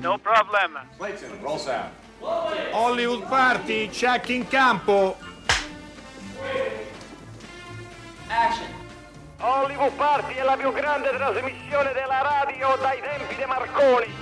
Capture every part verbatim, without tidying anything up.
no problem. Clayton, roll sound. Hollywood Party, check in campo. Action. Hollywood Party è la più grande trasmissione della radio dai tempi di Marconi.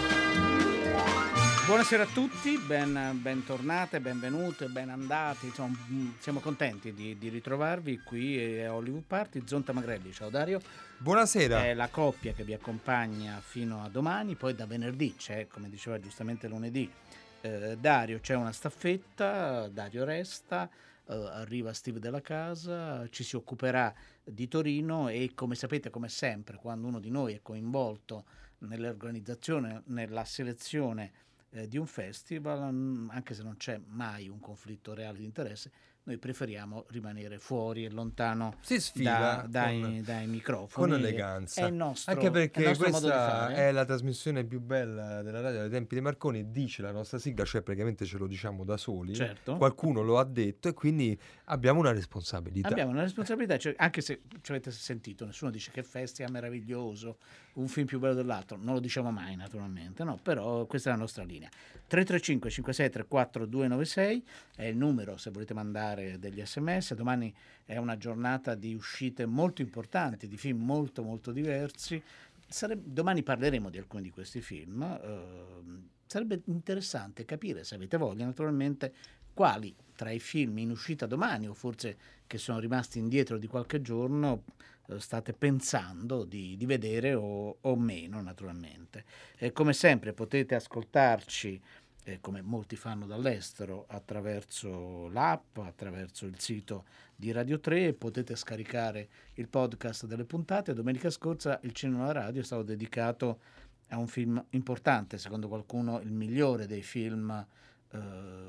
Buonasera a tutti, ben, bentornate, benvenute, ben andati, insomma, siamo contenti di, di ritrovarvi qui a Hollywood Party. Zonta Magrelli, ciao Dario. Buonasera. È la coppia che vi accompagna fino a domani, poi da venerdì c'è, come diceva giustamente lunedì, eh, Dario, c'è una staffetta, Dario resta, eh, arriva Steve della Casa, ci si occuperà di Torino e come sapete, come sempre, quando uno di noi è coinvolto nell'organizzazione, nella selezione Eh, di un festival, anche se non c'è mai un conflitto reale di interesse, noi preferiamo rimanere fuori e lontano si sfila da, dai, con, dai microfoni. con eleganza. È il nostro, anche perché è il nostro modo di questa fare. è la trasmissione più bella della radio dai tempi di Marconi, dice la nostra sigla, cioè praticamente ce lo diciamo da soli. Certo. Qualcuno lo ha detto e quindi abbiamo una responsabilità. Abbiamo una responsabilità, cioè, anche se ci avete sentito, nessuno dice che festival meraviglioso, un film più bello dell'altro, non lo diciamo mai naturalmente, no, però questa è la nostra linea. tre tre cinque cinque sei tre quattro due nove sei è il numero se volete mandare degli sms. Domani è una giornata di uscite molto importanti, di film molto molto diversi. Sareb- domani parleremo di alcuni di questi film. Uh, sarebbe interessante capire, se avete voglia naturalmente, quali tra i film in uscita domani o forse che sono rimasti indietro di qualche giorno uh, state pensando di, di vedere o, o meno naturalmente. Eh, come sempre potete ascoltarci, eh, come molti fanno dall'estero, attraverso l'app, attraverso il sito di Radio tre, potete scaricare il podcast delle puntate. Domenica scorsa il Cinema alla Radio è stato dedicato a un film importante, secondo qualcuno il migliore dei film eh,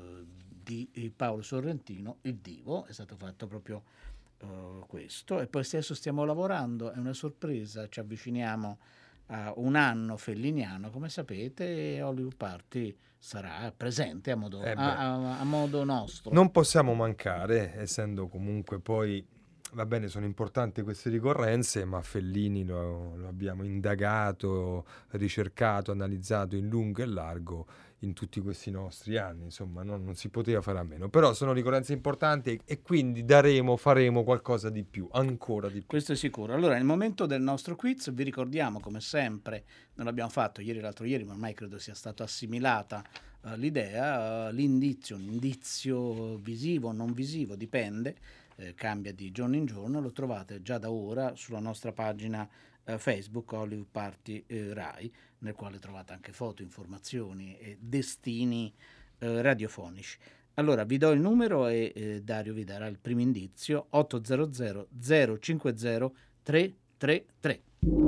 di Paolo Sorrentino, Il Divo. È stato fatto proprio uh, questo, e poi adesso stiamo lavorando, è una sorpresa, ci avviciniamo a un anno felliniano, come sapete, e Hollywood Party sarà presente a modo, eh a, a, a modo nostro. Non possiamo mancare, essendo comunque poi, va bene, sono importanti queste ricorrenze, ma Fellini lo, lo abbiamo indagato, ricercato, analizzato in lungo e largo in tutti questi nostri anni, insomma no, non si poteva fare a meno, però sono ricorrenze importanti e, e quindi daremo, faremo qualcosa di più, ancora di più. Questo è sicuro. Allora, nel momento del nostro quiz vi ricordiamo, come sempre, non l'abbiamo fatto ieri e l'altro ieri, ma ormai credo sia stata assimilata uh, l'idea, uh, l'indizio, un indizio visivo o non visivo, dipende, eh, cambia di giorno in giorno, lo trovate già da ora sulla nostra pagina uh, Facebook Hollywood Party uh, Rai, nel quale trovate anche foto, informazioni e destini uh, radiofonici. Allora vi do il numero e eh, Dario vi darà il primo indizio: otto zero zero zero cinque zero tre tre tre.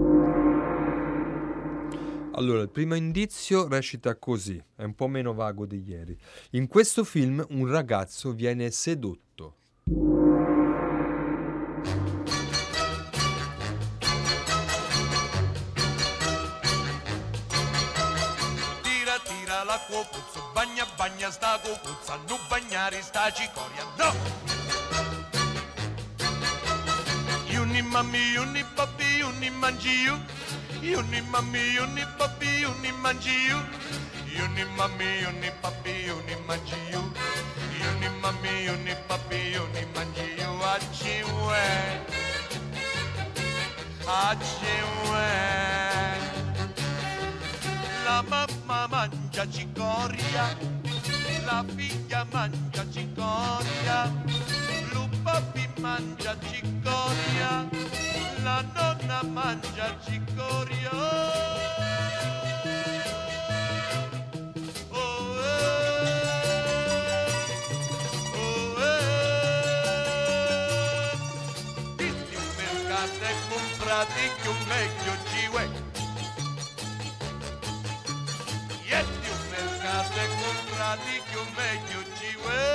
Allora, il primo indizio recita così, è un po' meno vago di ieri. In questo film un ragazzo viene sedotto. Tira, tira l'acqua puzzo, bagna, bagna sta copuzza, non bagnare sta cicoria, no! Yuni mammi, yuni papi, yuni mangi yu. Yuni mammi, yuni papi, yuni mangi yu. Yuni mammi, yuni papi, yuni mangi yu. Yuni mammi, yuni papi, yuni mangi yu. Acciwe, acciwe. La mamma mangia cicoria, la figlia mangia cicoria, lo papi mangia cicoria, la nonna mangia cicoria. Oh, eh, oh, eh. Visti un mercato e comprati che un meglio ciwe. Yetti un mercato e comprati che un meglio ciwe.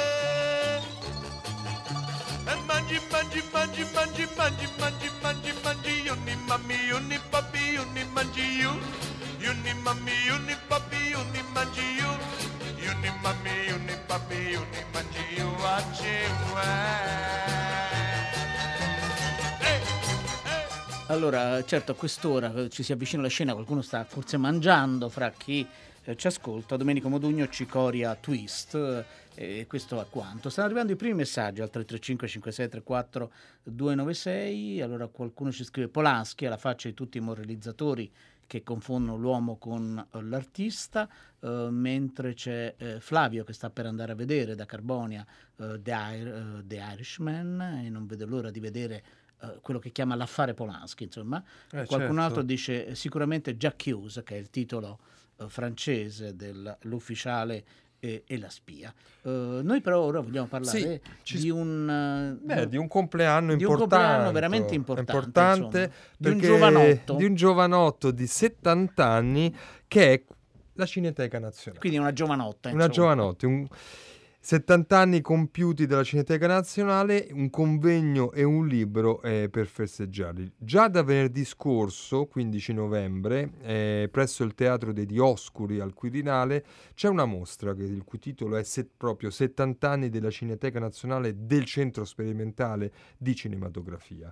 E mangi, mangi, mangi, mangi, mangi, mangi, mangi, mangi, yunni mammi, yunni papi, yunni mangi yu. Yunni mammi, yunni papi, yunni mangi yu. Yunni mammi, yunni papi, yunni mangi yu. Acciwe. Allora, certo, a quest'ora ci si avvicina alla scena, qualcuno sta forse mangiando fra chi eh, ci ascolta. Domenico Modugno, Cicoria Twist, e eh, questo è quanto. Stanno arrivando i primi messaggi al tre tre cinque cinque sei tre quattro due nove sei. Allora qualcuno ci scrive: Polanski alla faccia di tutti i moralizzatori che confondono l'uomo con eh, l'artista, eh, mentre c'è eh, Flavio che sta per andare a vedere da Carbonia eh, The, Ir- uh, The Irishman e non vede l'ora di vedere uh, quello che chiama l'affare Polanski, insomma. Eh, Qualcun certo. altro dice eh, sicuramente J'accuse, che è il titolo uh, francese dell'ufficiale e, e la spia. Uh, noi però ora vogliamo parlare Sì, ci- di un... uh, Beh, di un compleanno di un importante, compleanno veramente importante, importante insomma. Di un perché giovanotto. di un giovanotto di settanta anni che è la Cineteca Nazionale. Quindi una giovanotta. Una insomma. giovanotte, un settanta anni compiuti della Cineteca Nazionale, un convegno e un libro eh, per festeggiarli. Già da venerdì scorso, quindici novembre, eh, presso il Teatro dei Dioscuri al Quirinale, c'è una mostra che, il cui titolo è se- proprio settanta anni della Cineteca Nazionale del Centro Sperimentale di Cinematografia.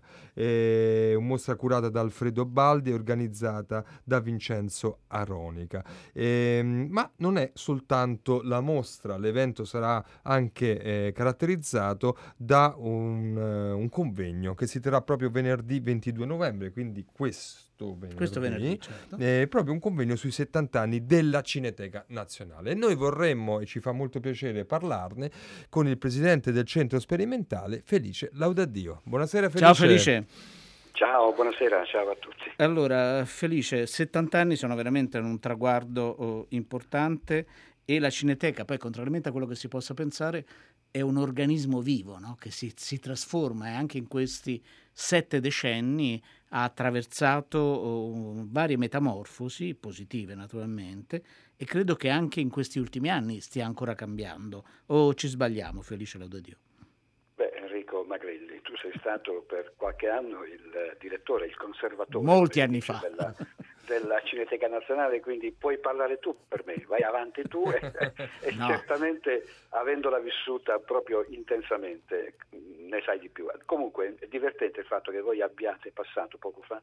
È una mostra curata da Alfredo Baldi e organizzata da Vincenzo Aronica. Ehm, ma non è soltanto la mostra, l'evento sarà anche eh, caratterizzato da un, eh, un convegno che si terrà proprio venerdì ventidue novembre, quindi questo venerdì, Questo venerdì, certo. eh, proprio un convegno sui settanta anni della Cineteca Nazionale. E noi vorremmo, e ci fa molto piacere parlarne, con il presidente del Centro Sperimentale, Felice Laudadio. Buonasera Felice. Ciao Felice. Ciao, buonasera, ciao a tutti. Allora, Felice, settanta anni sono veramente un traguardo oh, importante e la Cineteca, poi contrariamente a quello che si possa pensare, è un organismo vivo, no? Che si, si trasforma e anche in questi sette decenni ha attraversato oh, varie metamorfosi, positive naturalmente, e credo che anche in questi ultimi anni stia ancora cambiando. O ci sbagliamo, Felice Laudadio? Beh, Enrico Magrelli, tu sei stato per qualche anno il direttore, il conservatore. Molti anni fa. Della, della Cineteca Nazionale, quindi puoi parlare tu per me, vai avanti tu e, e No. certamente avendola vissuta proprio intensamente ne sai di più. Comunque è divertente il fatto che voi abbiate passato poco fa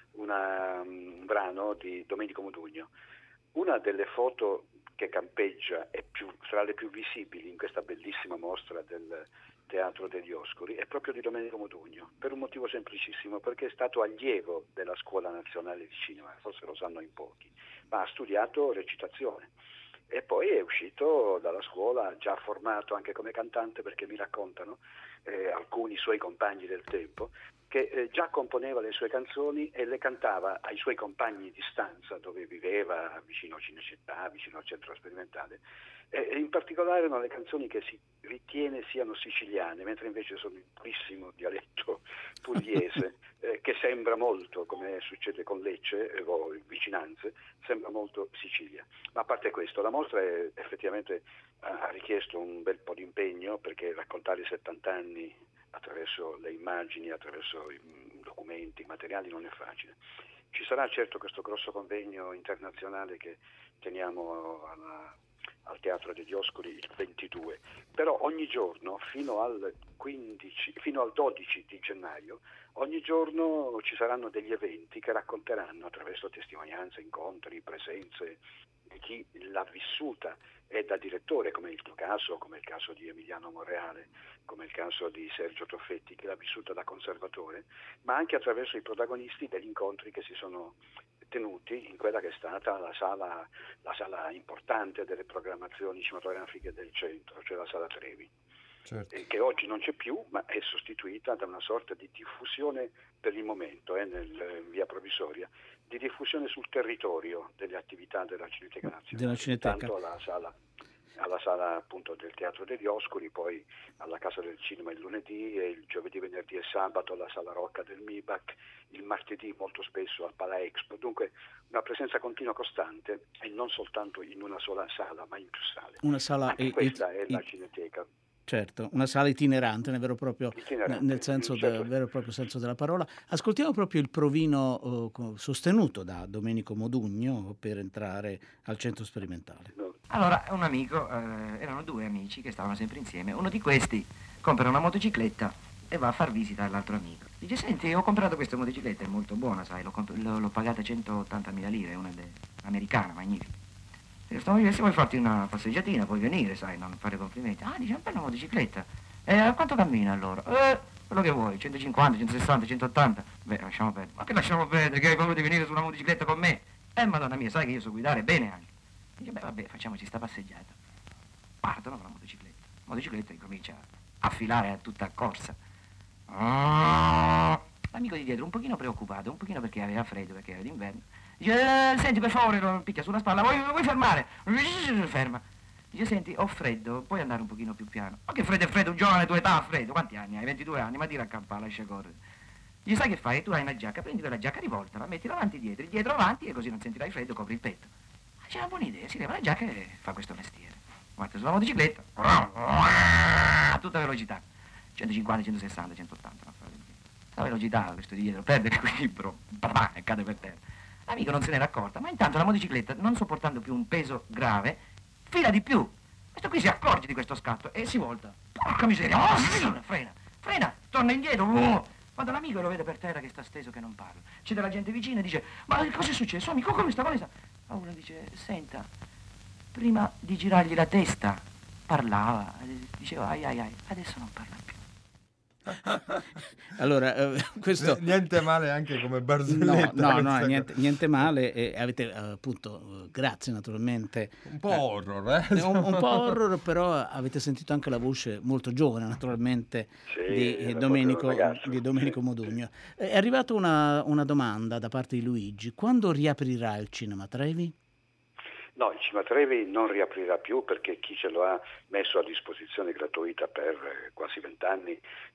una, un brano di Domenico Modugno. Una delle foto che campeggia è più, tra le più visibili in questa bellissima mostra del Teatro dei Dioscuri è proprio di Domenico Modugno, per un motivo semplicissimo, perché è stato allievo della Scuola Nazionale di Cinema, forse lo sanno in pochi, ma ha studiato recitazione e poi è uscito dalla scuola già formato anche come cantante, perché mi raccontano eh, alcuni suoi compagni del tempo che eh, già componeva le sue canzoni e le cantava ai suoi compagni di stanza dove viveva, vicino a Cinecittà, vicino al Centro Sperimentale. E in particolare erano le canzoni che si ritiene siano siciliane, mentre invece sono in purissimo dialetto pugliese, eh, che sembra molto, come succede con Lecce eh, o vicinanze, sembra molto Sicilia. Ma a parte questo, la mostra è, effettivamente ha richiesto un bel po' di impegno, perché raccontare i settanta anni attraverso le immagini, attraverso i documenti, i materiali non è facile. Ci sarà certo questo grosso convegno internazionale che teniamo alla al Teatro dei Dioscuri il ventidue, però ogni giorno fino al quindici, fino al dodici di gennaio, ogni giorno ci saranno degli eventi che racconteranno attraverso testimonianze, incontri, presenze di chi l'ha vissuta e da direttore, come il tuo caso, come il caso di Emiliano Monreale, come il caso di Sergio Toffetti, che l'ha vissuta da conservatore, ma anche attraverso i protagonisti degli incontri che si sono tenuti in quella che è stata la sala, la sala importante delle programmazioni cinematografiche del centro, cioè la sala Trevi, Certo. eh, che oggi non c'è più, ma è sostituita da una sorta di diffusione per il momento, eh, nel, in via provvisoria, di diffusione sul territorio delle attività della Cineteca Nazionale. Della Cineteca. Tanto alla sala, alla sala appunto del Teatro dei Dioscuri, poi alla Casa del Cinema il lunedì, e il giovedì, venerdì e sabato alla Sala Rocca del M I B A C, il martedì molto spesso al Pala Expo. Dunque una presenza continua costante, e non soltanto in una sola sala, ma in più sale. Una sala Anche e- questa e- è la e- Cineteca. Certo, una sala itinerante nel vero, proprio, Itinerante, nel senso certo. del vero e proprio senso della parola. Ascoltiamo proprio il provino eh, co- sostenuto da Domenico Modugno per entrare al centro sperimentale. No. Allora, un amico, eh, erano due amici che stavano sempre insieme. Uno di questi compra una motocicletta e va a far visita all'altro amico. Dice, senti, ho comprato questa motocicletta, è molto buona, sai, l'ho, comp- l'ho, l'ho pagata centottantamila lire, è una de- americana, magnifica. E stavo dicendo, se vuoi farti una passeggiatina, puoi venire, sai, non fare complimenti. Ah, dice, una bella motocicletta. E a quanto cammina allora? Eh, quello che vuoi, centocinquanta, centosessanta, centottanta. Beh, lasciamo perdere. Ma che lasciamo perdere, che hai paura di venire su una motocicletta con me? Eh, madonna mia, sai che io so guidare bene anche. Dice, beh, vabbè, facciamoci sta passeggiata. Partono con la motocicletta. La motocicletta incomincia a filare a tutta corsa. L'amico di dietro un pochino preoccupato, un pochino perché aveva freddo, perché era d'inverno. Dice, eh, senti, per favore, lo picchia sulla spalla, vuoi, vuoi fermare? Ferma. Dice, senti, ho freddo, puoi andare un pochino più piano. Ma che freddo è freddo, un giovane, tua età, freddo. Quanti anni hai? ventidue anni, ma tira a campare, lascia correre. Dice, sai che fai? Tu hai una giacca, prendi quella giacca, rivoltala, mettila avanti e dietro, dietro avanti e così non sentirai freddo, copri il petto. Ma c'è una buona idea, si leva la giacca e fa questo mestiere. Guarda sulla motocicletta, a tutta velocità. centocinquanta, centosessanta, centottanta, non fare la velocità, questo di dietro, perde l'equilibrio, e cade per terra. L'amico non se n'era accorta, ma intanto la motocicletta, non sopportando più un peso grave, fila di più. Questo qui si accorge di questo scatto e si volta. Porca miseria, oh, frena, frena, torna indietro. Oh. Quando l'amico lo vede per terra che sta steso, che non parla, c'è della gente vicina e dice, ma cosa è successo? Amico, come sta? Come sta? Ma uno dice, senta, prima di girargli la testa parlava, diceva ai ai ai, adesso non parla più. Allora, eh, questo niente male anche come barzelletta. No, no, no, niente, niente male. E avete appunto, grazie naturalmente. Un po' horror, eh? Un, un po' horror, però avete sentito anche la voce molto giovane, naturalmente, sì, di, eh, Domenico, ragazzo, di Domenico sì, Modugno. sì. È arrivata una, una domanda da parte di Luigi: quando riaprirà il Cinema Trevi? No, il Cinema Trevi non riaprirà più perché chi ce lo ha messo a disposizione gratuita per eh, quasi vent'anni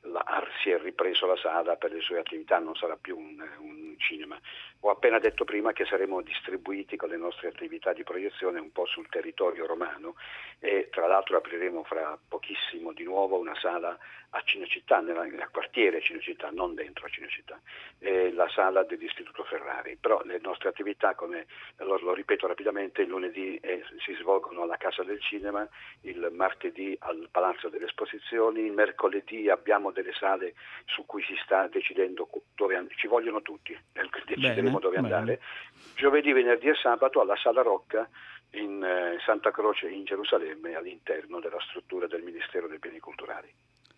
si è ripreso la sala per le sue attività, non sarà più un, un cinema. Ho appena detto prima che saremo distribuiti con le nostre attività di proiezione un po' sul territorio romano e tra l'altro apriremo fra pochissimo di nuovo una sala a Cinecittà, nel quartiere Cinecittà, non dentro a Cinecittà, eh, la sala dell'Istituto Ferrari. Però le nostre attività, come lo, lo ripeto rapidamente, il lunedì eh, si svolgono alla Casa del Cinema, il martedì al Palazzo delle Esposizioni, il mercoledì abbiamo delle sale su cui si sta decidendo dove and- ci vogliono tutti, decideremo bene, dove bene. andare. Giovedì, venerdì e sabato alla Sala Rocca in eh, Santa Croce in Gerusalemme, all'interno della struttura del Ministero dei Beni Culturali.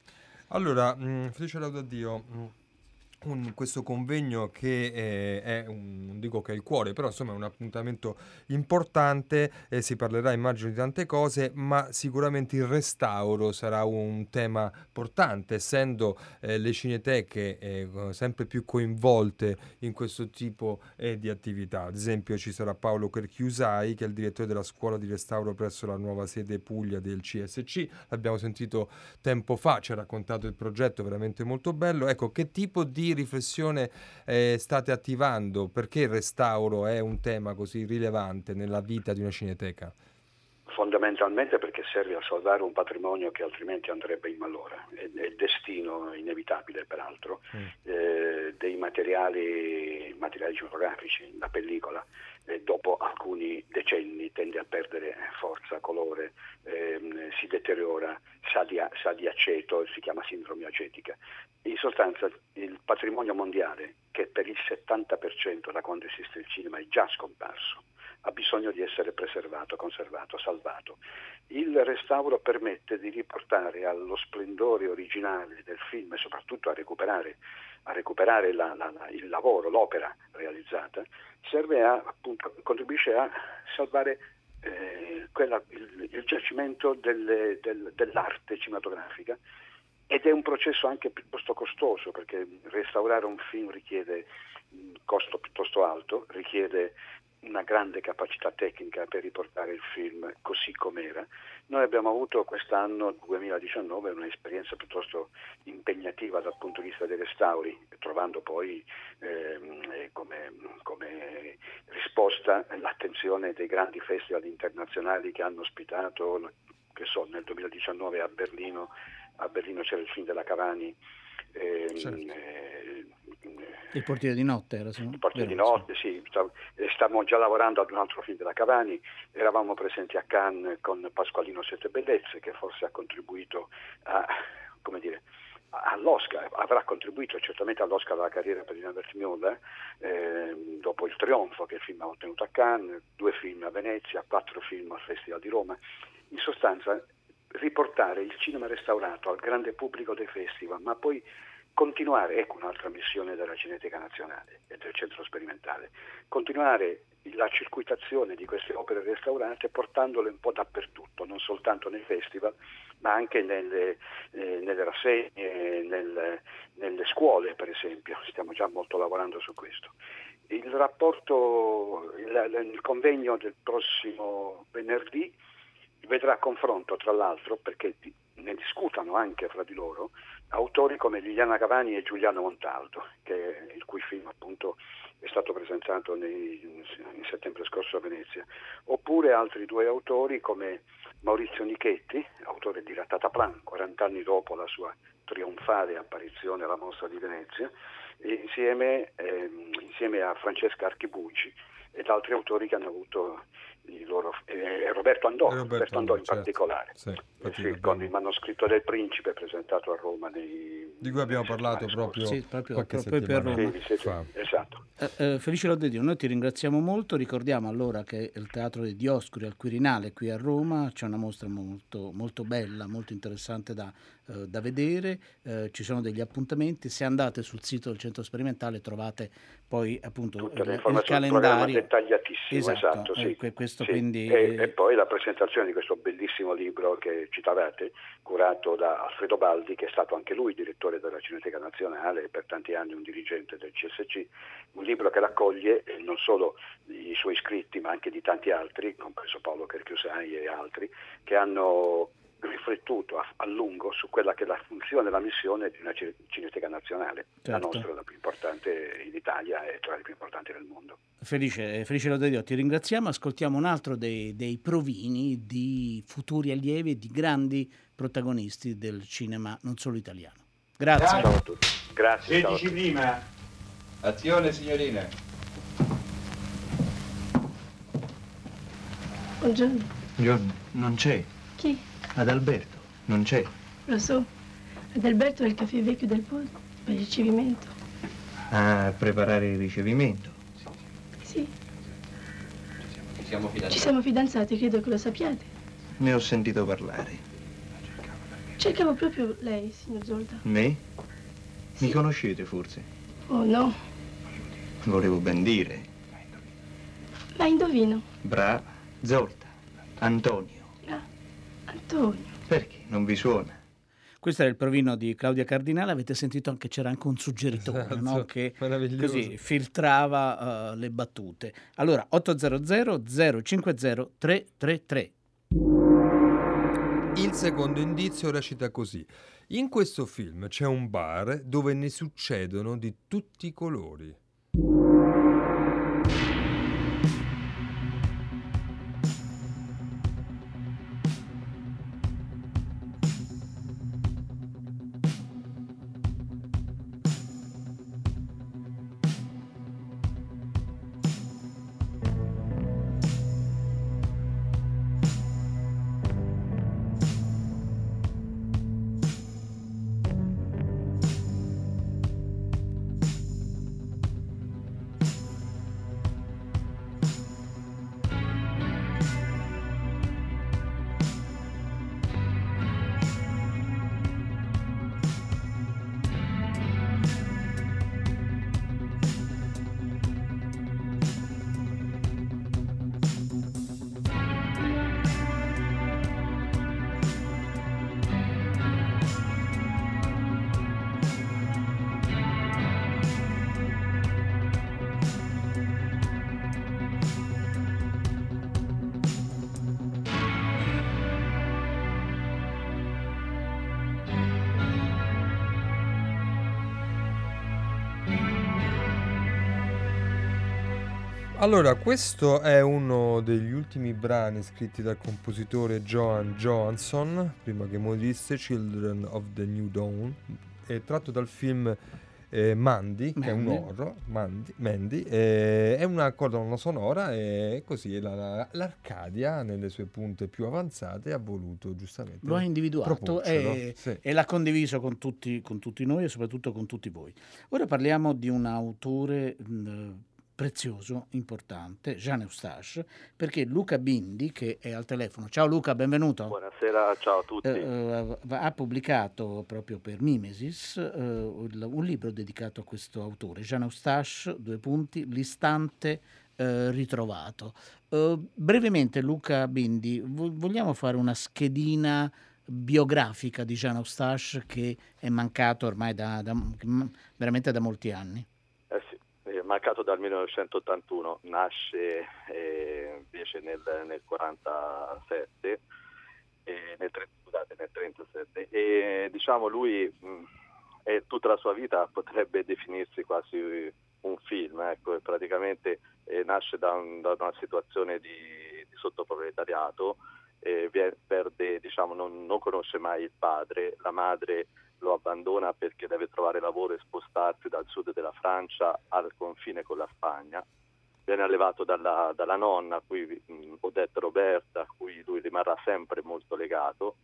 Allora, mh, Felice Laudadio, mh, un, questo convegno che eh, è un, non dico che è il cuore, però insomma è un appuntamento importante, eh, si parlerà immagino di tante cose, ma sicuramente il restauro sarà un tema portante, essendo eh, le cineteche eh, sempre più coinvolte in questo tipo eh, di attività. Ad esempio ci sarà Paolo Kerchiusai, che è il direttore della scuola di restauro presso la nuova sede Puglia del C S C, l'abbiamo sentito tempo fa, ci ha raccontato il progetto, veramente molto bello. Ecco, che tipo di riflessione eh, state attivando? Perché il restauro è un tema così rilevante nella vita di una cineteca? Fondamentalmente perché serve a salvare un patrimonio che altrimenti andrebbe in malora. È, è il destino inevitabile, peraltro, mm. eh, dei materiali, materiali cinematografici, la pellicola, eh, dopo alcuni decenni tende a perdere forza, colore, ehm, si deteriora, sa di, sa di aceto, si chiama sindrome acetica. In sostanza il patrimonio mondiale, che per il settanta per cento da quando esiste il cinema è già scomparso, ha bisogno di essere preservato, conservato, salvato. Il restauro permette di riportare allo splendore originale del film e soprattutto a recuperare, a recuperare la, la, la, il lavoro, l'opera realizzata, serve a, appunto, contribuisce a salvare eh, quella, il, il giacimento delle, del, dell'arte cinematografica, ed è un processo anche piuttosto costoso, perché restaurare un film richiede un costo piuttosto alto, richiede una grande capacità tecnica per riportare il film così com'era. Noi abbiamo avuto quest'anno, duemiladiciannove, un'esperienza piuttosto impegnativa dal punto di vista dei restauri, trovando poi eh, come, come risposta l'attenzione dei grandi festival internazionali che hanno ospitato, che so, nel duemiladiciannove a Berlino, a Berlino c'era il film della Cavani, ehm, certo. eh, Il portiere di notte era, il portiere di notte, sì. Stavamo già lavorando ad un altro film della Cavani, eravamo presenti a Cannes con Pasqualino Sette Bellezze, che forse ha contribuito a, come dire, all'Oscar, avrà contribuito certamente all'Oscar alla carriera per Herbert Müller, eh, dopo Il Trionfo, che il film ha ottenuto a Cannes, due film a Venezia, quattro film al Festival di Roma. In sostanza riportare il cinema restaurato al grande pubblico dei festival, ma poi continuare, ecco un'altra missione della Cineteca Nazionale e del Centro Sperimentale, continuare la circuitazione di queste opere restaurate portandole un po' dappertutto, non soltanto nei festival, ma anche nelle, eh, nelle rassegne, nel, nelle scuole per esempio. Stiamo già molto lavorando su questo. Il rapporto, il, il convegno del prossimo venerdì vedrà confronto, tra l'altro, perché ne discutano anche fra di loro, autori come Liliana Cavani e Giuliano Montaldo, che, il cui film appunto è stato presentato nei, in settembre scorso a Venezia, oppure altri due autori come Maurizio Nichetti, autore di Ratataplan, quaranta anni dopo la sua trionfale apparizione alla Mostra di Venezia, e insieme, ehm, insieme a Francesca Archibucci ed altri autori che hanno avuto i loro, eh, Roberto Andò, Roberto, Roberto Andò in certo. particolare, sì, eh sì, con il manoscritto del Principe presentato a Roma nei, di cui abbiamo parlato proprio, sì, proprio, qualche proprio per Roma. Sì, sì, esatto. Eh, eh, Felice Loddedio, noi ti ringraziamo molto. Ricordiamo allora che il Teatro di Dioscuri al Quirinale qui a Roma c'è una mostra molto, molto bella, molto interessante da, eh, da vedere, eh, ci sono degli appuntamenti. Se andate sul sito del Centro Sperimentale trovate poi appunto il, il calendario dettagliatissimo, esatto, esatto sì. eh, questo sì. Quindi... E, e poi la presentazione di questo bellissimo libro che citavate, curato da Alfredo Baldi, che è stato anche lui direttore della Cineteca Nazionale e per tanti anni un dirigente del C S C, un libro che raccoglie eh, non solo i suoi scritti ma anche di tanti altri, compreso Paolo Cherchiusai e altri, che hanno riflettuto a, a lungo su quella che è la funzione e la missione di una Cineteca Nazionale, certo. La nostra, la più importante in Italia e tra le più importanti del mondo. Felice, Felice Loddedio, ti ringraziamo. Ascoltiamo un altro dei, dei provini di futuri allievi e di grandi protagonisti del cinema non solo italiano. Grazie. Ciao a tutti. Grazie. sedici ciao prima. Azione signorina. Buongiorno. Buongiorno. Non c'è. Chi? Adalberto. Non c'è. Lo so. Adalberto è il caffè vecchio del posto per il ricevimento. Ah, preparare il ricevimento. Sì. Ci siamo fidanzati. Ci siamo fidanzati, credo che lo sappiate. Ne ho sentito parlare. Cercavo proprio lei, signor Zolda. Me? Sì. Mi conoscete forse? Oh no. Volevo ben dire. Ma indovino. Brava. Zolda. Antonio. Ah, Antonio. Perché? Non vi suona? Questo era il provino di Claudia Cardinale. Avete sentito anche c'era anche un suggeritore, esatto, no? Che così filtrava uh, le battute. Allora ottocento zero cinquanta tre tre tre. Il secondo indizio recita così: in questo film c'è un bar dove ne succedono di tutti i colori. Allora, questo è uno degli ultimi brani scritti dal compositore Johan Johansson, prima che morisse, Children of the New Dawn, è tratto dal film eh, Mandy, che è un Mandy. oro, Mandy, Mandy eh, è una colonna sonora e così la- la- l'Arcadia nelle sue punte più avanzate ha voluto giustamente Lo ha individuato proporcelo. e, Sì. e l'ha condiviso con tutti, con tutti noi e soprattutto con tutti voi. Ora parliamo di un autore mh, prezioso, importante, Jean Eustache, perché Luca Bindi, che è al telefono. Ciao Luca, benvenuto. Buonasera, ciao a tutti. Eh, eh, ha pubblicato proprio per Mimesis eh, il- un libro dedicato a questo autore, Jean Eustache, due punti, l'istante eh, ritrovato. Eh, brevemente, Luca Bindi, vo- vogliamo fare una schedina biografica di Jean Eustache che è mancato ormai da, da- veramente da molti anni? Eh sì, è mancato dal millenovecentottantuno, nasce eh, invece nel, nel quarantasette, eh, nel, tre- scusate, nel trentasette, e diciamo lui mh, è, tutta la sua vita potrebbe definirsi quasi un film, ecco, e praticamente eh, nasce da, un- da una situazione di, di sottoproletariato, eh, vie- perde, diciamo, non, non conosce mai il padre, la madre lo abbandona perché deve trovare lavoro e spostarsi dal sud della Francia al confine con la Spagna. Viene allevato dalla, dalla nonna, a cui mh, Odette Roberta, a cui lui rimarrà sempre molto legato.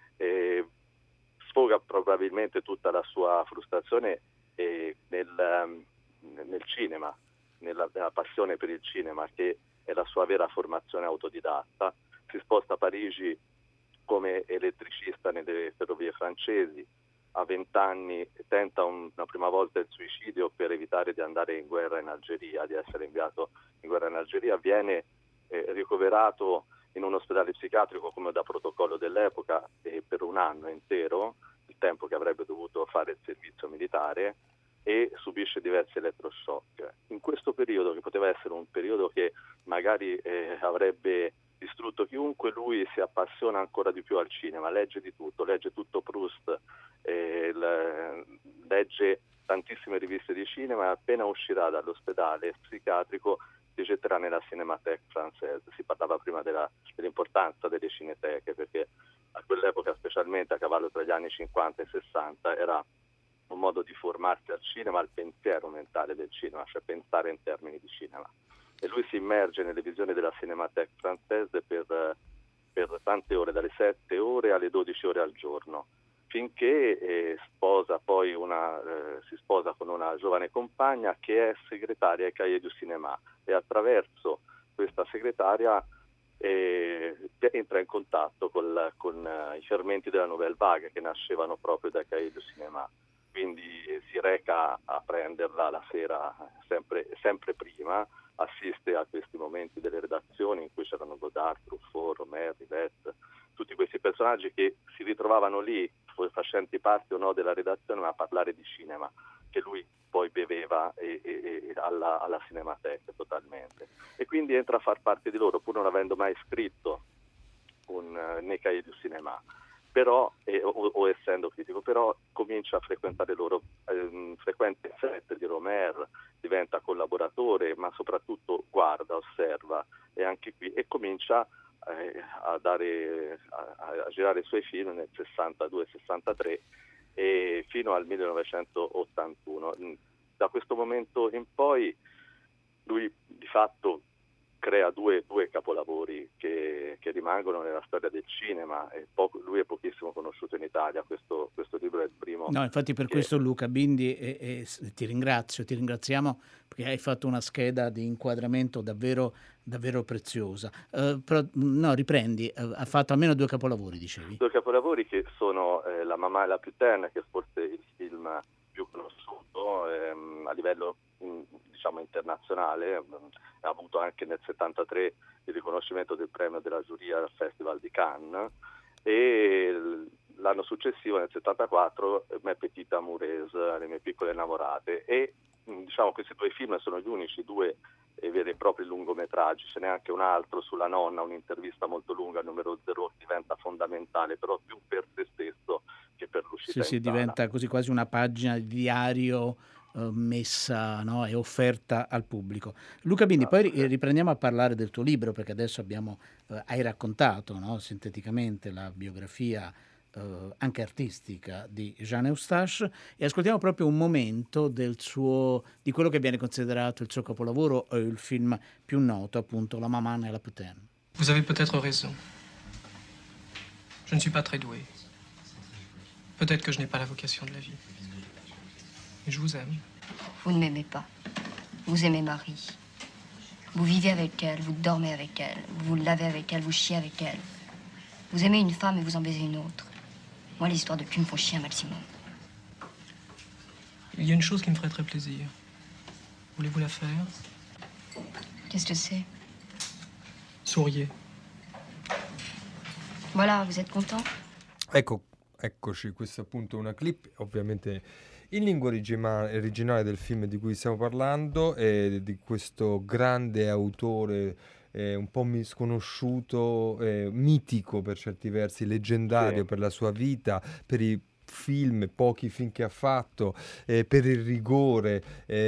E sfoga probabilmente tutta la sua frustrazione eh, nel, um, nel cinema, nella, nella passione per il cinema, che è la sua vera formazione autodidatta. Si sposta a Parigi come elettricista nelle ferrovie francesi. A vent'anni tenta un- una prima volta il suicidio per evitare di andare in guerra in Algeria, di essere inviato in guerra in Algeria. Viene eh, ricoverato in un ospedale psichiatrico come da protocollo dell'epoca e per un anno intero, il tempo che avrebbe dovuto fare il servizio militare, e subisce diversi elettroshock. In questo periodo, che poteva essere un periodo che magari eh, avrebbe distrutto chiunque, lui si appassiona ancora di più al cinema, legge di tutto, legge tutto Proust, eh, le- legge tantissime riviste di cinema, e appena uscirà dall'ospedale psichiatrico si getterà nella Cinémathèque française. Si parlava prima della- dell'importanza delle cineteche, perché a quell'epoca, specialmente a cavallo tra gli anni cinquanta e sessanta, era un modo di formarsi al cinema, al pensiero mentale del cinema, cioè pensare in termini di cinema. E lui si immerge nelle visioni della Cinémathèque française per, eh, per tante ore, dalle sette ore alle dodici ore al giorno, finché eh, sposa poi una, eh, si sposa con una giovane compagna che è segretaria ai Cahiers du Cinéma, e attraverso questa segretaria eh, entra in contatto col, con eh, i fermenti della Nouvelle Vague, che nascevano proprio dai Cahiers du Cinéma. Quindi eh, si reca a prenderla la sera sempre, sempre prima, assiste a questi momenti delle redazioni in cui c'erano Godard, Truffaut, Romer, Rivette, tutti questi personaggi che si ritrovavano lì, facenti parte o no della redazione, ma a parlare di cinema, che lui poi beveva e, e, e alla, alla Cinémathèque totalmente. E quindi entra a far parte di loro, pur non avendo mai scritto un, uh, nei Cahiers du Cinéma, però, eh, o, o essendo critico, però comincia a frequentare loro, ehm, frequenta il set di Romer, diventa collaboratore, ma soprattutto guarda, osserva, e anche qui, e comincia eh, a, dare, a, a girare i suoi film nel sessantadue sessantatré e fino al millenovecentottantuno. Da questo momento in poi lui di fatto crea due, due capolavori che, che rimangono nella storia del cinema, e poco, lui è pochissimo conosciuto in Italia. Questo, questo libro è il primo. No, infatti per che... questo Luca Bindi, e, e s- ti ringrazio, ti ringraziamo perché hai fatto una scheda di inquadramento davvero, davvero preziosa. Eh, però, no, riprendi, eh, ha fatto almeno due capolavori, dicevi. Due capolavori che sono eh, La mamma e la più tenera, che è forse il film più conosciuto ehm, a livello mh, diciamo internazionale. Ha avuto anche nel settantatré il riconoscimento del premio della giuria al Festival di Cannes, e l'anno successivo, nel settantaquattro, Mes petites amoureuses, Le mie piccole innamorate. E diciamo questi due film sono gli unici due eh, veri e propri lungometraggi. Ce n'è anche un altro sulla nonna, un'intervista molto lunga, il numero zero, diventa fondamentale, però più per se stesso che per l'uscita Sì, sì, in sala. diventa così quasi una pagina di diario eh, messa, no, e offerta al pubblico. Luca Bindi, poi ri- riprendiamo a parlare del tuo libro, perché adesso abbiamo, eh, hai raccontato, no, sinteticamente la biografia eh, anche artistica di Jean Eustache, e ascoltiamo proprio un momento del suo, di quello che viene considerato il suo capolavoro, eh, il film più noto, appunto La Maman et la Putaine. Vous avez peut-être raison. Je ne suis pas très doué. Peut-être que je n'ai pas la vocation de la vie. Mais je vous aime. Vous ne m'aimez pas. Vous aimez Marie. Vous vivez avec elle, vous dormez avec elle, vous lavez avec elle, vous chiez avec elle. Vous aimez une femme et vous en baisez une autre. Moi, les histoires de cul me font chier un maximum. Il y a une chose qui me ferait très plaisir. Voulez-vous la faire? Qu'est-ce que c'est? Souriez. Voilà, vous êtes content? Ecco, eccoci, questa è appunto una clip, ovviamente in lingua origima- originale del film di cui stiamo parlando, e di questo grande autore eh, un po' misconosciuto, eh, mitico per certi versi, leggendario Sì. per la sua vita, per i film, pochi film che ha fatto, eh, per il rigore,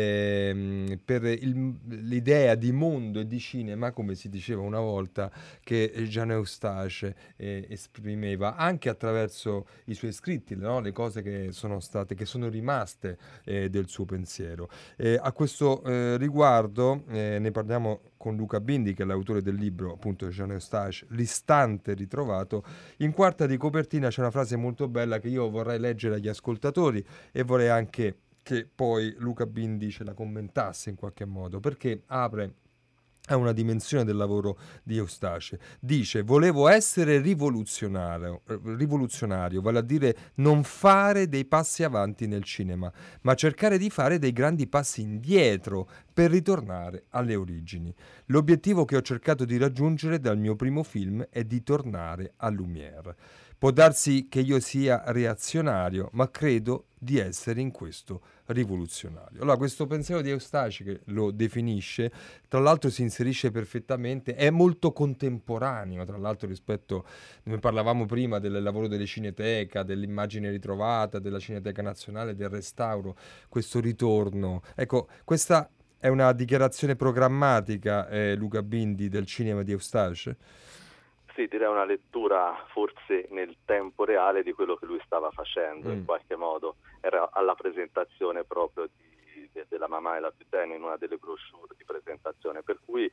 ehm, per il- l'idea di mondo e di cinema, come si diceva una volta, che Jean Eustache eh, esprimeva anche attraverso i suoi scritti, no? Le cose che sono state, che sono rimaste eh, del suo pensiero. Eh, a questo eh, riguardo eh, ne parliamo con Luca Bindi, che è l'autore del libro, appunto, Jean Eustache, L'istante ritrovato. In quarta di copertina c'è una frase molto bella che io vorrei leggere agli ascoltatori, e vorrei anche che poi Luca Bindi ce la commentasse in qualche modo, perché apre a una dimensione del lavoro di Eustache. Dice: volevo essere rivoluzionario, eh, rivoluzionario, vale a dire non fare dei passi avanti nel cinema, ma cercare di fare dei grandi passi indietro per ritornare alle origini. L'obiettivo che ho cercato di raggiungere dal mio primo film è di tornare a Lumière. Può darsi che io sia reazionario, ma credo di essere in questo rivoluzionario. Allora, questo pensiero di Eustache, che lo definisce, tra l'altro si inserisce perfettamente, è molto contemporaneo, tra l'altro, rispetto, ne parlavamo prima, del lavoro delle Cineteca, dell'immagine ritrovata, della Cineteca Nazionale, del restauro, questo ritorno. Ecco, questa è una dichiarazione programmatica, eh, Luca Bindi, del cinema di Eustache? Sì, direi una lettura forse nel tempo reale di quello che lui stava facendo, Mm. in qualche modo. Era alla presentazione proprio di, de, della Maman et la Putaine, in una delle brochure di presentazione, per cui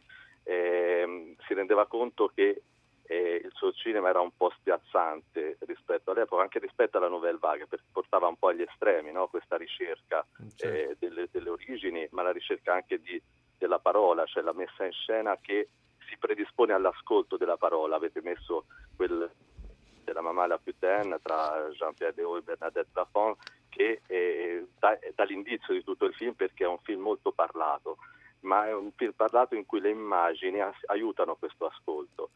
ehm, si rendeva conto che eh, il suo cinema era un po' spiazzante rispetto all'epoca, anche rispetto alla Nouvelle Vague, perché portava un po' agli estremi, no? Questa ricerca eh, delle, delle origini, ma la ricerca anche di, della parola, cioè la messa in scena che si predispone all'ascolto della parola. Avete messo quel della Maman et la Putaine tra Jean-Pierre Dehaut e Bernadette Lafont, che eh, dà, dà l'indizio di tutto il film, perché è un film molto parlato, ma è un film parlato in cui le immagini as- aiutano questo ascolto,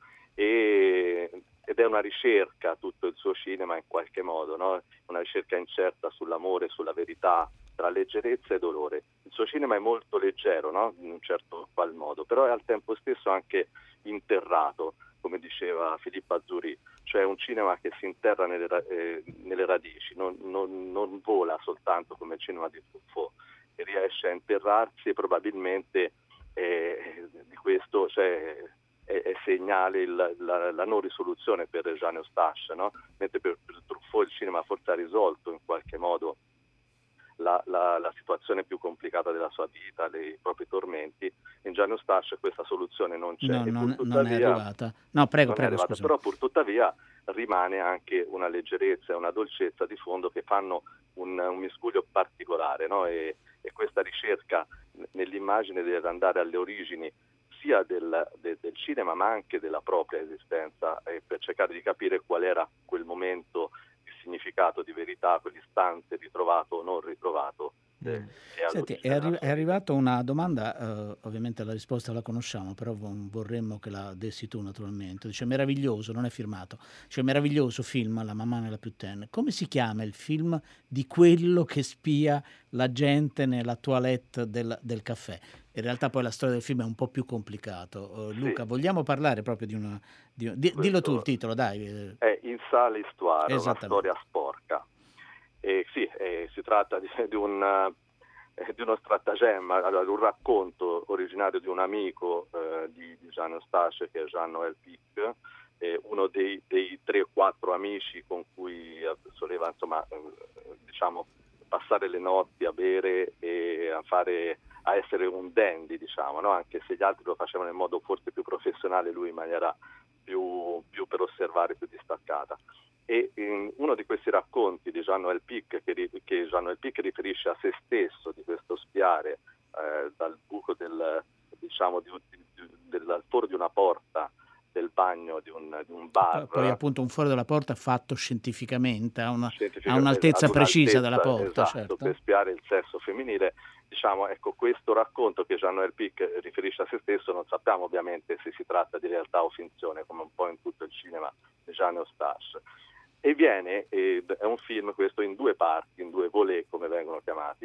e, ed è una ricerca tutto il suo cinema in qualche modo, no? Una ricerca incerta sull'amore, sulla verità, tra leggerezza e dolore. Il suo cinema è molto leggero, no? In un certo qual modo, però è al tempo stesso anche interrato, come diceva Filippo Azzurri, cioè un cinema che si interra nelle, ra- eh, nelle radici, non, non, non vola soltanto come il cinema di Truffaut, e riesce a interrarsi, e probabilmente eh, di questo cioè, è, è segnale il, la, la non risoluzione per Jean Eustache, no? Mentre per, per Truffaut il cinema forse ha risolto in qualche modo La, la, la situazione più complicata della sua vita, i propri tormenti. In Jean Eustache questa soluzione non c'è. No, e non, pur non è tuttavia- arrivata. No, prego, non è prego, arrivata, scusa. però pur tuttavia rimane anche una leggerezza e una dolcezza di fondo che fanno un, un miscuglio particolare, no? E, e questa ricerca nell'immagine dell'andare alle origini sia del, de, del cinema ma anche della propria esistenza, e per cercare di capire qual era quel momento di significato, di verità, quell'istante ritrovato o non ritrovato. eh, è Senti, è, allucinante. arri- è arrivata una domanda, eh, ovviamente la risposta la conosciamo, però vo- vorremmo che la dessi tu naturalmente. Dice: meraviglioso, non è firmato, dice: meraviglioso film La Maman et la Putaine. Come si chiama il film di quello che spia la gente nella toilette del, del caffè? In realtà poi la storia del film è un po' più complicato. Eh, Luca, vogliamo parlare proprio di una... di- di- dillo tu il titolo, dai. eh. È In sale histoire, una Esattamente. storia sporca. E sì, eh, si tratta di, di, un, eh, di uno stratagemma, allora, di un racconto originario di un amico eh, di, di Jean Eustache, che è Jean-Noël Pic, eh, uno dei, dei tre o quattro amici con cui soleva, insomma, eh, diciamo, passare le notti a bere e a fare, a essere un dandy, diciamo, no? Anche se gli altri lo facevano in modo forse più professionale, lui in maniera più, più per osservare, più distaccata. E in uno di questi racconti di Jean-Noël Pic, che, che Jean-Noël Pic riferisce a se stesso, di questo spiare eh, dal buco del, diciamo, di, di, del, dal foro di una porta del bagno di un, di un bar. Poi appunto un fuori dalla porta fatto scientificamente, ha, una, scientificamente, ha un'altezza ad precisa un'altezza, della porta. Esatto, certo. Per spiare il sesso femminile. Diciamo, ecco, questo racconto che Jean-Noël Pic riferisce a se stesso, non sappiamo ovviamente se si tratta di realtà o finzione, come un po' in tutto il cinema di Jean Eustache. E viene, ed è un film questo in due parti, in due volets come vengono chiamati.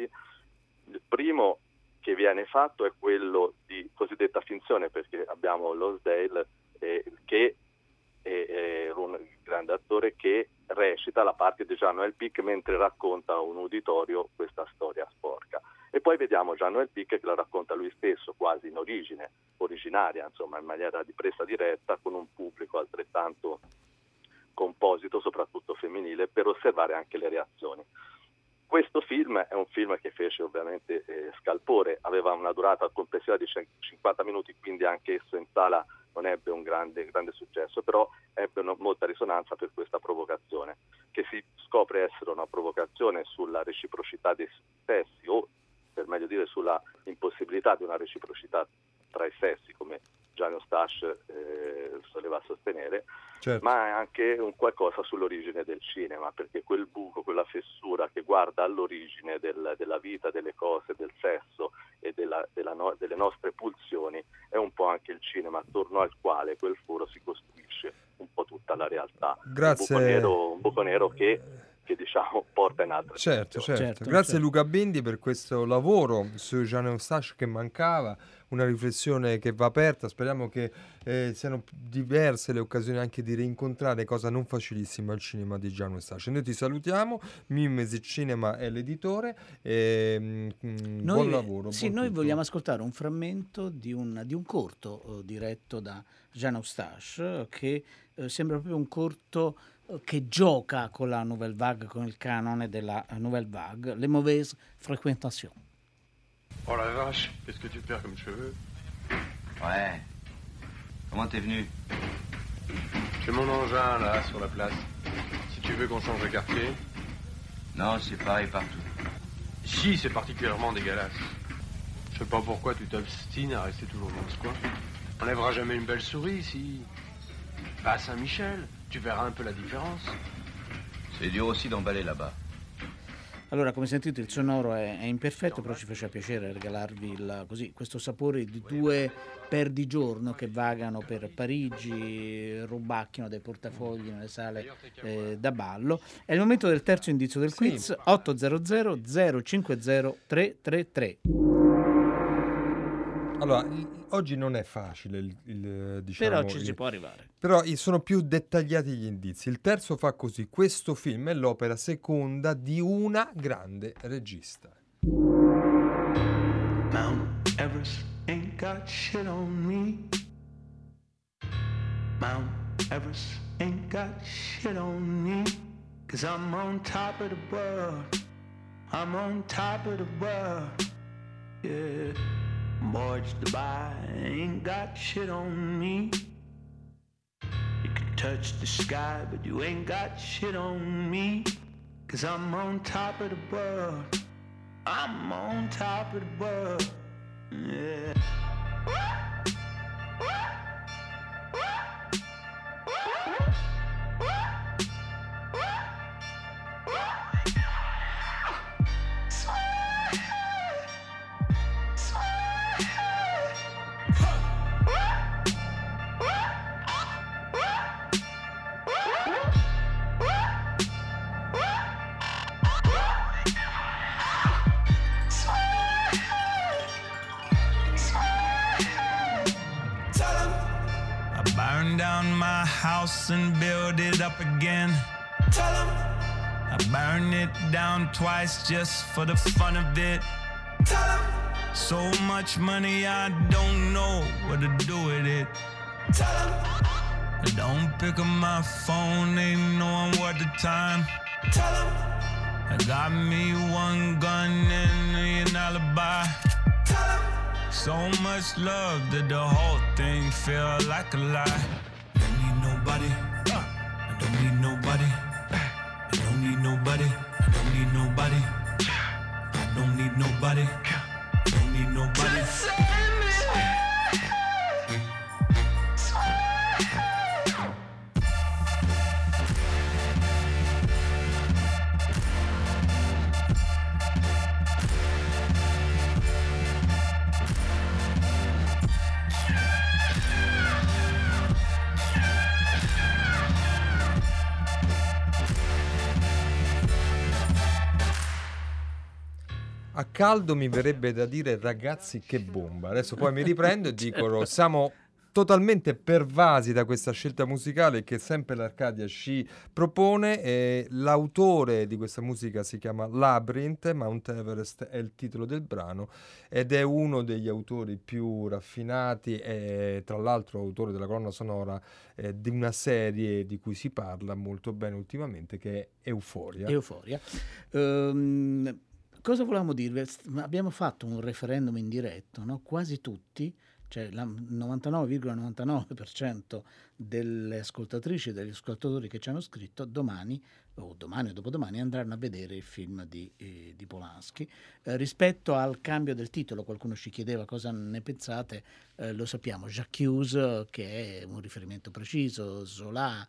Il primo che viene fatto è quello di cosiddetta finzione, perché abbiamo Lonsdale eh, che è, è un grande attore che recita la parte di Jean-Noël Pic mentre racconta a un uditorio questa storia sporca. E poi vediamo Jean-Noël Pic che la racconta lui stesso, quasi in origine, originaria, insomma, in maniera di presa diretta, con un pubblico altrettanto composito, soprattutto femminile, per osservare anche le reazioni. Questo film è un film che fece ovviamente eh, scalpore, aveva una durata complessiva di cinquanta minuti, quindi anche esso in sala non ebbe un grande, grande successo, però ebbe una, molta risonanza per questa provocazione, che si scopre essere una provocazione sulla reciprocità dei sessi, o per meglio dire sulla impossibilità di una reciprocità tra i sessi, come Jean Eustache eh, soleva sostenere, certo. Ma è anche un qualcosa sull'origine del cinema, perché quel buco, quella fessura che guarda all'origine del, della vita, delle cose, del sesso e della, della no, delle nostre pulsioni, è un po' anche il cinema attorno al quale quel foro si costruisce un po' tutta la realtà. Grazie. Un buco nero, un buco nero che, che diciamo porta in altre certo, certo. certo. Grazie certo. Luca Bendi per questo lavoro su Jean Eustache che mancava, una riflessione che va aperta. Speriamo che eh, siano diverse le occasioni anche di rincontrare, cosa non facilissima, il cinema di Jean Eustache. Noi ti salutiamo, Mimes Cinema è l'editore e, mm, noi, buon lavoro. Sì, buon noi tutto. vogliamo ascoltare un frammento di un, di un corto eh, diretto da Jean Eustache, che eh, sembra proprio un corto eh, che gioca con la Nouvelle Vague, con il canone della Nouvelle Vague, Les Mauvaises Fréquentations. Oh la vache, qu'est-ce que tu perds comme cheveux? Ouais. Comment t'es venu? J'ai mon engin là, sur la place. Si tu veux qu'on change de quartier. Non, c'est pareil partout. Ici, c'est particulièrement dégueulasse. Je sais pas pourquoi tu t'obstines à rester toujours dans ce coin. On lèvera jamais une belle souris ici. Va à Saint-Michel, tu verras un peu la différence. C'est dur aussi d'emballer là-bas. Allora, come sentite, il sonoro è, è imperfetto, però ci faceva piacere regalarvi il, così, questo sapore di due perdigiorno che vagano per Parigi, rubacchiano dai portafogli nelle sale eh, da ballo. È il momento del terzo indizio del quiz, sì. otto zero zero zero cinque zero tre tre tre. Allora, oggi non è facile il, il diciamo, però ci il, si può arrivare. Però sono più dettagliati gli indizi. Il terzo fa così: questo film è l'opera seconda di una grande regista. Mount Everest ain't got shit on me. Mount Everest ain't got shit on me. 'Cause I'm on top of the world. I'm on top of the world. Yeah. Mortgage Dubai ain't got shit on me. You can touch the sky, but you ain't got shit on me. 'Cause I'm on top of the world. I'm on top of the world. Yeah. House and build it up again. Tell 'em I burn it down twice just for the fun of it. Tell 'em so much money I don't know what to do with it. Tell 'em I don't pick up my phone, they know I'm worth the time. Tell them I got me one gun and an alibi. Tell them so much love that the whole thing feel like a lie. Don't need nobody, I don't need nobody. I don't need nobody, I don't need nobody. I don't need nobody, I don't need nobody. Just save me. A caldo mi verrebbe da dire ragazzi che bomba. Adesso poi mi riprendo e dico siamo totalmente pervasi da questa scelta musicale che sempre l'Arcadia ci propone. E l'autore di questa musica si chiama Labyrinth, Mount Everest è il titolo del brano ed è uno degli autori più raffinati e tra l'altro autore della colonna sonora eh, di una serie di cui si parla molto bene ultimamente che è Euphoria. Euphoria. Um... Cosa volevamo dirvi? Abbiamo fatto un referendum in diretto, no? Quasi tutti, cioè il novantanove virgola novantanove per cento delle ascoltatrici e degli ascoltatori che ci hanno scritto domani o domani o dopodomani andranno a vedere il film di, eh, di Polanski. Eh, rispetto al cambio del titolo, qualcuno ci chiedeva cosa ne pensate, eh, lo sappiamo, J'accuse, che è un riferimento preciso, Zola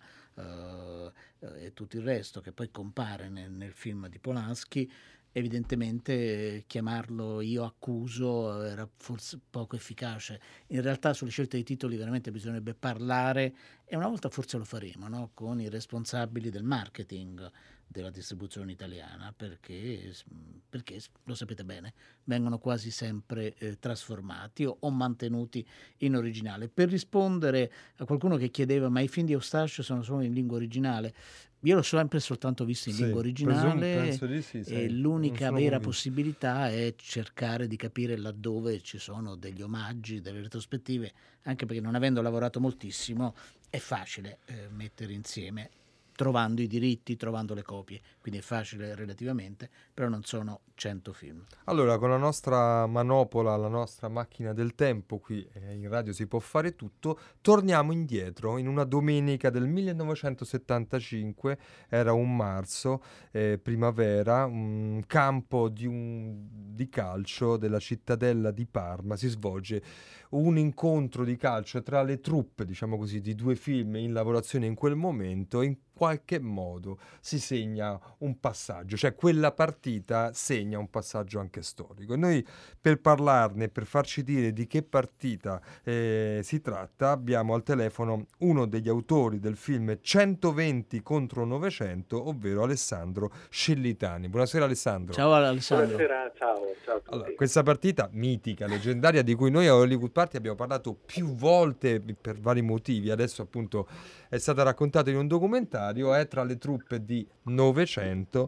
eh, e tutto il resto che poi compare nel, nel film di Polanski. Evidentemente chiamarlo Io accuso era forse poco efficace. In realtà sulle scelte di titoli veramente bisognerebbe parlare e una volta forse lo faremo, no? Con i responsabili del marketing della distribuzione italiana perché, perché lo sapete bene, vengono quasi sempre eh, trasformati o, o mantenuti in originale. Per rispondere a qualcuno che chiedeva ma i film di Eustache sono solo in lingua originale, io l'ho sempre soltanto visto in sì, lingua originale presumo, di sì, e l'unica vera convinto. possibilità è cercare di capire laddove ci sono degli omaggi, delle retrospettive, anche perché non avendo lavorato moltissimo è facile eh, mettere insieme trovando i diritti, trovando le copie, quindi è facile relativamente, però non sono cento film. Allora, con la nostra manopola, la nostra macchina del tempo, qui eh, in radio si può fare tutto, torniamo indietro in una domenica del millenovecentosettantacinque, era un marzo, eh, primavera, un campo di, un, di calcio della cittadella di Parma, si svolge un incontro di calcio tra le truppe, diciamo così, di due film in lavorazione in quel momento, in qualche modo si segna un passaggio, cioè quella partita segna un passaggio anche storico. E noi per parlarne, per farci dire di che partita eh, si tratta, abbiamo al telefono uno degli autori del film centoventi contro novecento, ovvero Alessandro Scellitani. Buonasera Alessandro. Ciao Alessandro. Buonasera, ciao, ciao a tutti. Allora, questa partita mitica, leggendaria, di cui noi a Hollywood Party abbiamo parlato più volte per vari motivi, adesso appunto è stata raccontata in un documentario, è tra le truppe di novecento,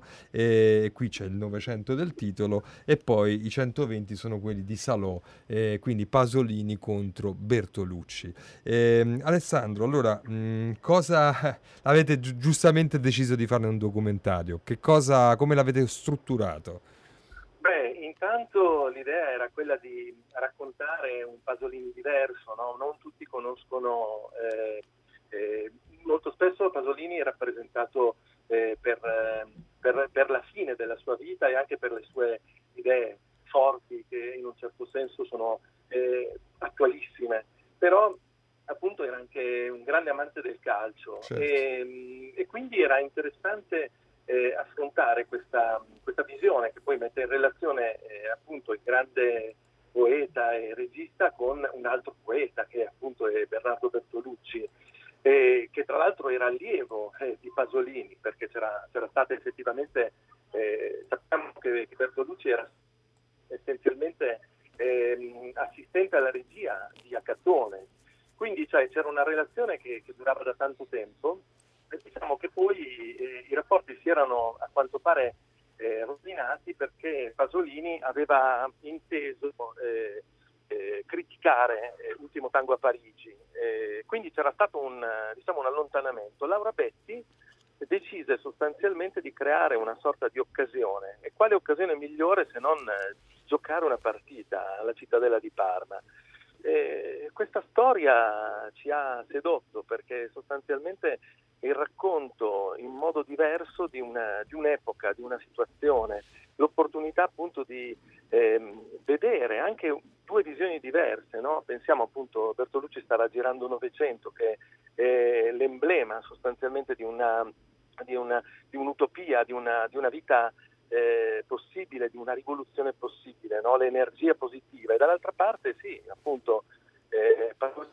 e qui c'è il novecento del titolo, e poi i centoventi sono quelli di Salò, eh, quindi Pasolini contro Bertolucci. Eh, Alessandro, allora, mh, cosa avete gi- giustamente deciso di farne un documentario? Che cosa, come l'avete strutturato? Beh, intanto l'idea era quella di raccontare un Pasolini diverso, no? Non tutti conoscono... Eh, Eh, molto spesso Pasolini è rappresentato eh, per, eh, per, per la fine della sua vita e anche per le sue idee forti che in un certo senso sono eh, attualissime, però appunto era anche un grande amante del calcio. Certo. e, e quindi era interessante eh, affrontare questa, questa visione che poi mette in relazione eh, appunto il grande poeta e regista con un altro poeta che appunto è Bernardo Bertolucci, Eh, che tra l'altro era allievo eh, di Pasolini, perché c'era, c'era stata effettivamente, eh, sappiamo che, che Bertolucci era essenzialmente eh, assistente alla regia di Accatone, quindi cioè, c'era una relazione che, che durava da tanto tempo e diciamo che poi eh, i rapporti si erano a quanto pare eh, rovinati perché Pasolini aveva inteso eh, eh, criticare eh, Ultimo Tango a Parigi. Eh, quindi c'era stato un, diciamo, un allontanamento. Laura Betti decise sostanzialmente di creare una sorta di occasione. E quale occasione migliore se non eh, giocare una partita alla Cittadella di Parma? Eh, questa storia ci ha sedotto perché sostanzialmente il racconto in modo diverso di, una, di un'epoca, di una situazione, l'opportunità appunto di ehm, vedere anche due visioni diverse, no? Pensiamo appunto, Bertolucci sta raggirando Novecento, che è l'emblema sostanzialmente di una, di una di un'utopia, di una, di una vita eh, possibile, di una rivoluzione possibile, no? L'energia positiva. E dall'altra parte sì, appunto, eh,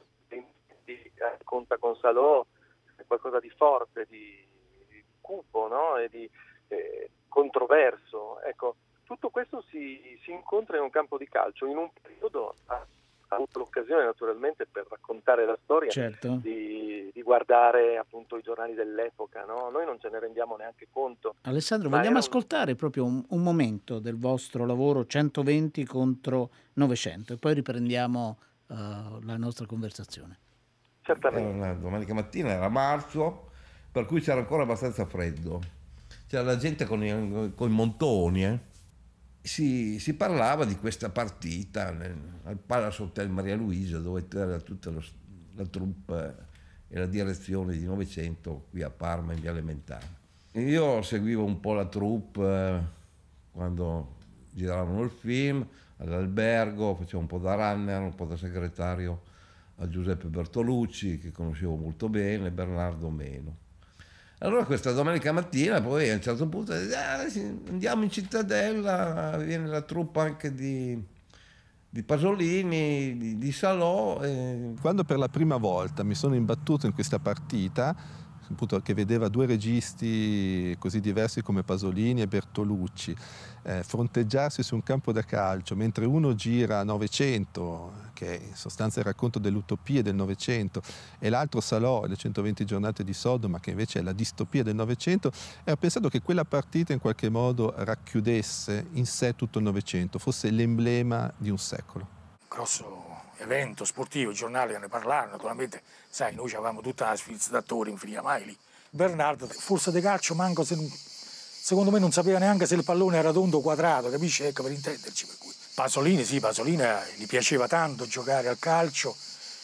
racconta con Salò qualcosa di forte, di, di cupo, no? E di eh, controverso. Ecco, tutto questo si, si incontra in un campo di calcio. In un periodo ha, ha avuto l'occasione naturalmente per raccontare la storia, certo. di, di guardare appunto i giornali dell'epoca, no? Noi non ce ne rendiamo neanche conto. Alessandro, Ma vogliamo era un- ascoltare proprio un, un momento del vostro lavoro centoventi contro novecento e poi riprendiamo uh, la nostra conversazione. Certamente. Era una domenica mattina, era marzo, per cui c'era ancora abbastanza freddo. C'era la gente con i, con i montoni, eh. si, si parlava di questa partita nel, al Palace Hotel Maria Luisa, dove c'era tutta lo, la troupe e la direzione di Novecento qui a Parma in Viale Mentana. Io seguivo un po' la troupe eh, quando giravano il film, all'albergo, facevo un po' da runner, un po' da segretario a Giuseppe Bertolucci, che conoscevo molto bene, Bernardo meno. Allora questa domenica mattina poi a un certo punto ah, andiamo in Cittadella, viene la troupe anche di, di Pasolini, di, di Salò. E... Quando per la prima volta mi sono imbattuto in questa partita, appunto, che vedeva due registi così diversi come Pasolini e Bertolucci eh, fronteggiarsi su un campo da calcio, mentre uno gira Novecento, che è in sostanza il racconto dell'utopia del Novecento, e l'altro Salò, le centoventi giornate di Sodoma, che invece è la distopia del Novecento, e ho pensato che quella partita in qualche modo racchiudesse in sé tutto il Novecento, fosse l'emblema di un secolo. Grosso evento sportivo, i giornali ne parlarono, naturalmente, sai, noi avevamo tutta una sfilza d'attori, non finiva mai lì. Bernardo, forse di calcio, manco se, secondo me non sapeva neanche se il pallone era tondo o quadrato, capisci? Ecco, per intenderci. Per cui. Pasolini, sì, Pasolini eh, gli piaceva tanto giocare al calcio,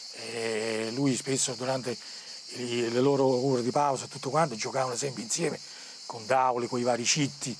e lui spesso durante i, le loro ore di pausa e tutto quanto giocavano sempre insieme con Dauli, con i vari Citti.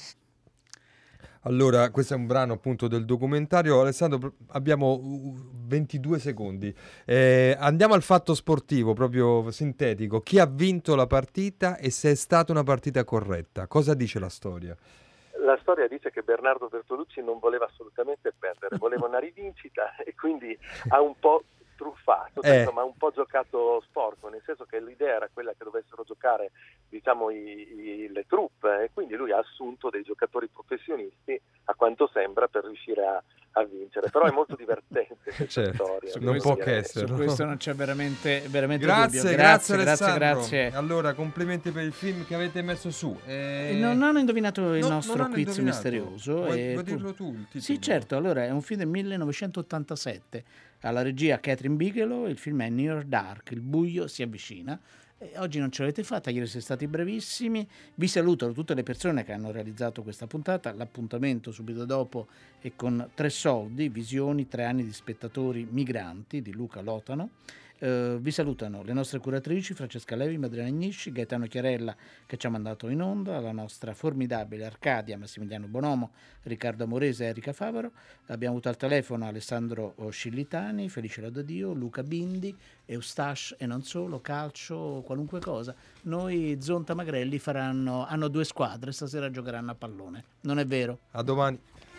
Allora, questo è un brano appunto del documentario. Alessandro, abbiamo ventidue secondi. Eh, andiamo al fatto sportivo, proprio sintetico. Chi ha vinto la partita e se è stata una partita corretta? Cosa dice la storia? La storia dice che Bernardo Bertolucci non voleva assolutamente perdere, voleva una rivincita e quindi ha un po' truffato, Eh. insomma, ha un po' giocato sporco, nel senso che l'idea era quella che dovessero giocare, diciamo, i, i, le troupe, e quindi lui ha assunto dei giocatori professionisti, a quanto sembra, per riuscire a, a vincere. Però è molto divertente questa Certo, storia. non devo può dire. che essere. Su questo non c'è veramente, veramente Grazie, dubbio. grazie, grazie, Alessandro. grazie. Allora, complimenti per il film che avete messo su. Eh, Non hanno indovinato il No, nostro non hanno quiz indovinato. misterioso. Vuoi- e vuoi tu- dirlo tu, il titolo? Sì, certo. Allora, è un film del millenovecentottantasette. Alla regia Catherine Bigelow, il film è Near Dark, il buio si avvicina. E oggi non ce l'avete fatta, ieri siete stati brevissimi. Vi saluto tutte le persone che hanno realizzato questa puntata. L'appuntamento subito dopo è con Tre Soldi, Visioni, tre anni di spettatori migranti di Luca Lotano. Eh, vi salutano le nostre curatrici Francesca Levi, Madrena Agnisci, Gaetano Chiarella che ci ha mandato in onda, la nostra formidabile Arcadia, Massimiliano Bonomo, Riccardo Amorese e Erika Favaro. Abbiamo avuto al telefono Alessandro Scillitani, Felice Laudadio, Luca Bindi, Eustache e non solo, calcio, qualunque cosa. Noi Zonta Magrelli faranno, hanno due squadre, stasera giocheranno a pallone. Non è vero? A domani.